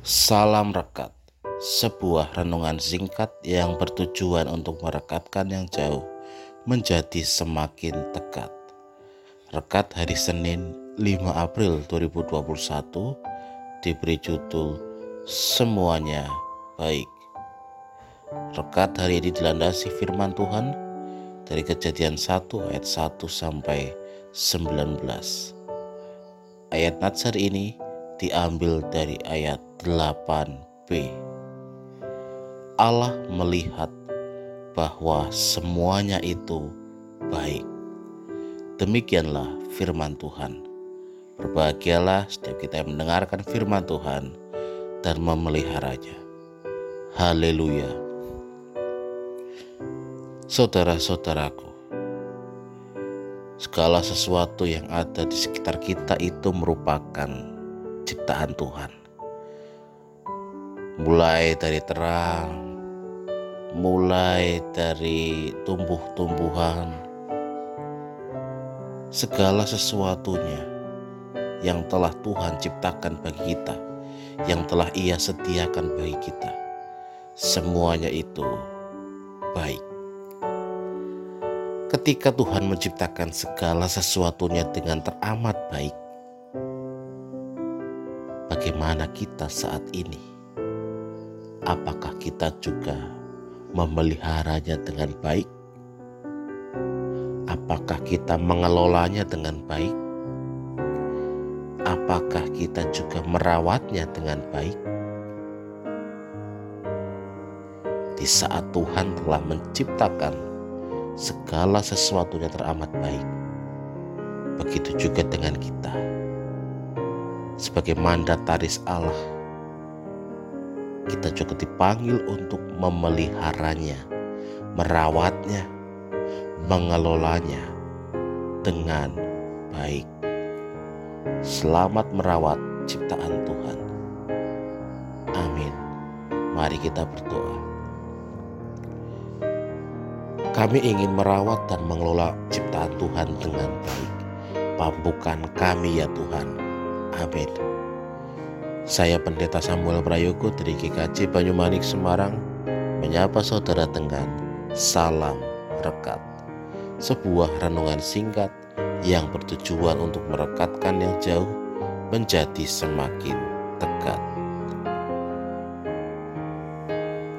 Salam Rekat, sebuah renungan singkat yang bertujuan untuk merekatkan yang jauh menjadi semakin dekat. Rekat hari Senin 5 April 2021 diberi judul Semuanya Baik. Rekat hari ini dilandasi firman Tuhan dari Kejadian 1 ayat 1 sampai 19. Ayat Natsar ini diambil dari ayat 8b. Allah melihat bahwa semuanya itu baik. Demikianlah firman Tuhan. Berbahagialah setiap kita yang mendengarkan firman Tuhan dan memeliharanya. Haleluya. Saudara-saudaraku, segala sesuatu yang ada di sekitar kita itu merupakan ciptaan Tuhan. Mulai dari terang, mulai dari tumbuh-tumbuhan, segala sesuatunya yang telah Tuhan ciptakan bagi kita, yang telah Ia sediakan bagi kita, semuanya itu baik. Ketika Tuhan menciptakan segala sesuatunya dengan teramat baik, bagaimana kita saat ini? Apakah kita juga memeliharanya dengan baik? Apakah kita mengelolanya dengan baik? Apakah kita juga merawatnya dengan baik? Di saat Tuhan telah menciptakan segala sesuatunya teramat baik, begitu juga dengan kita. Sebagai mandataris Allah, kita juga dipanggil untuk memeliharanya, merawatnya, mengelolanya dengan baik. Selamat merawat ciptaan Tuhan. Amin. Mari kita berdoa. Kami ingin merawat dan mengelola ciptaan Tuhan dengan baik. Mampukan kami ya Tuhan. Amin. Saya Pendeta Samuel Prayogo dari GKJ Banyumanik Semarang menyapa saudara dengan salam rekat. Sebuah renungan singkat yang bertujuan untuk merekatkan yang jauh menjadi semakin dekat.